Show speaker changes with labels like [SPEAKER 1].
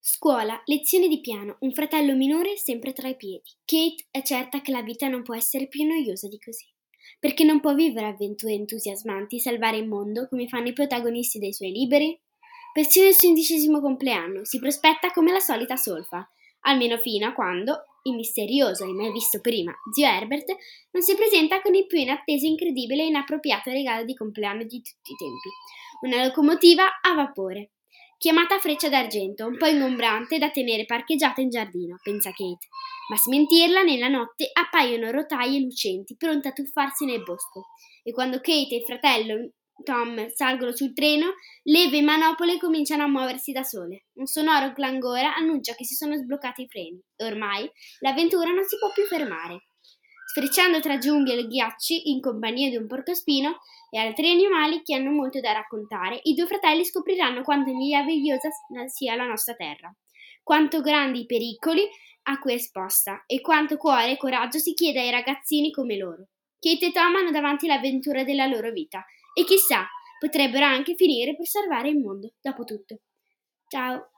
[SPEAKER 1] Scuola, lezioni di piano, un fratello minore sempre tra i piedi. Kate è certa che la vita non può essere più noiosa di così, perché non può vivere avventure entusiasmanti, salvare il mondo come fanno i protagonisti dei suoi libri. Persino il suo 11° compleanno si prospetta come la solita solfa, almeno fino a quando il misterioso e mai visto prima zio Herbert non si presenta con il più inatteso, incredibile e inappropriato regalo di compleanno di tutti i tempi: una locomotiva a vapore. Chiamata Freccia d'Argento, un po' ingombrante da tenere parcheggiata in giardino, pensa Kate. Ma a smentirla, nella notte appaiono rotaie lucenti, pronte a tuffarsi nel bosco. E quando Kate e il fratello Tom salgono sul treno, leve e manopole cominciano a muoversi da sole. Un sonoro clangore annuncia che si sono sbloccati i freni e ormai l'avventura non si può più fermare. Sfrecciando tra giungle e ghiacci in compagnia di un porcospino e altri animali che hanno molto da raccontare, i due fratelli scopriranno quanto meravigliosa sia la nostra terra, quanto grandi i pericoli a cui è esposta e quanto cuore e coraggio si chiede ai ragazzini come loro. Kate e Tom hanno davanti l'avventura della loro vita e chissà, potrebbero anche finire per salvare il mondo, dopo tutto. Ciao!